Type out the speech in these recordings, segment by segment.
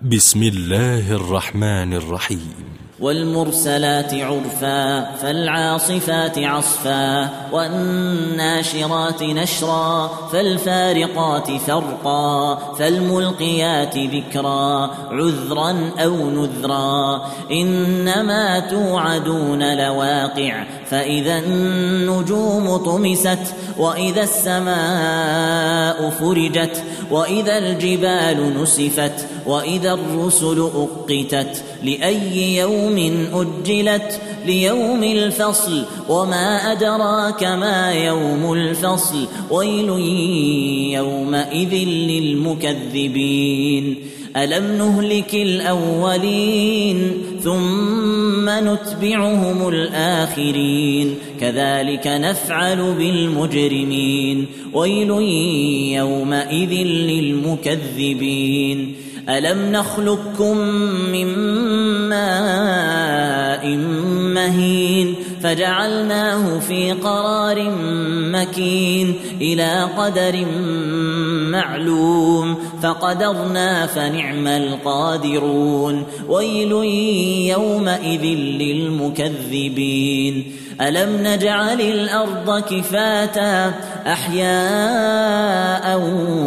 بسم الله الرحمن الرحيم. والمرسلات عرفا فالعاصفات عصفا والناشرات نشرا فالفارقات فرقا فالملقيات ذكرا عذرا أو نذرا إنما توعدون لواقع فإذا النجوم طمست وإذا السماء فرجت وإذا الجبال نسفت وإذا الرسل أقتت لأي يوم أجلت ليوم الفصل وما أدراك ما يوم الفصل ويل يومئذ للمكذبين ألم نهلك الأولين ثم نتبعهم الآخرين كذلك نفعل بالمجرمين ويل يومئذ للمكذبين ألم نخلقكم من ماء مهين فجعلناه في قرار مكين إلى قدر معلوم فقدرنا فنعم القادرون ويل يومئذ للمكذبين ألم نجعل الأرض كفاتا أحياء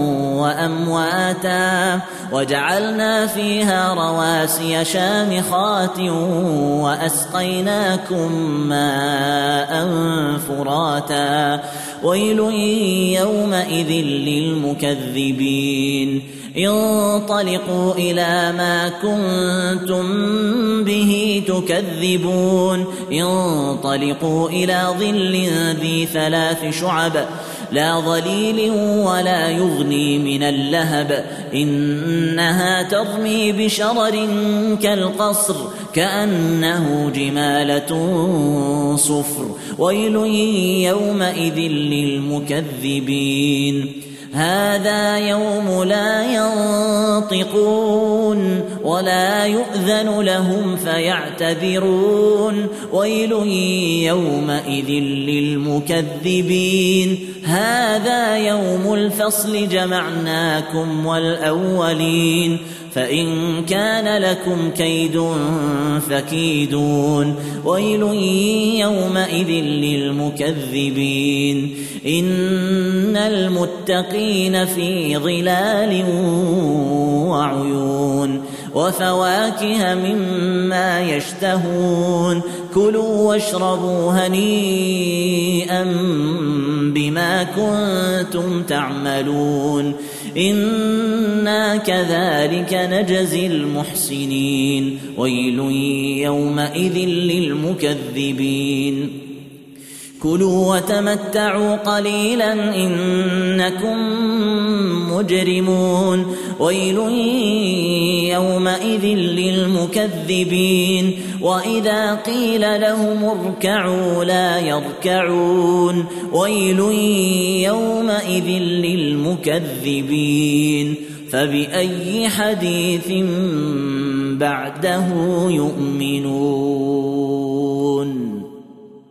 وأمواتا وجعلنا فيها رواسي شامخات وأسقيناكم ماء فراتا ويل يومئذ للمكذبين انطلقوا إلى ما كنتم به تكذبون انطلقوا إلى ظل ذي 3 شعب لا ظليل ولا يغني من اللهب إنها ترمي بشرر كالقصر كأنه جمالة صفر ويل يومئذ للمكذبين هذا يوم لا ينطقون ولا يؤذن لهم فيعتذرون ويل يومئذ للمكذبين هذا يوم الفصل جمعناكم والأولين فإن كان لكم كيد فكيدون ويل يومئذ للمكذبين إن المتقين في ظلال وعيون وفواكه مما يشتهون كلوا واشربوا هنيئا بما كنتم تعملون إنا كذلك نجزي المحسنين ويل يومئذ للمكذبين كلوا وتمتعوا قليلا إنكم مجرمون ويل يومئذ للمكذبين وإذا قيل لهم اركعوا لا يركعون ويل يومئذ للمكذبين فبأي حديث بعده يؤمنون.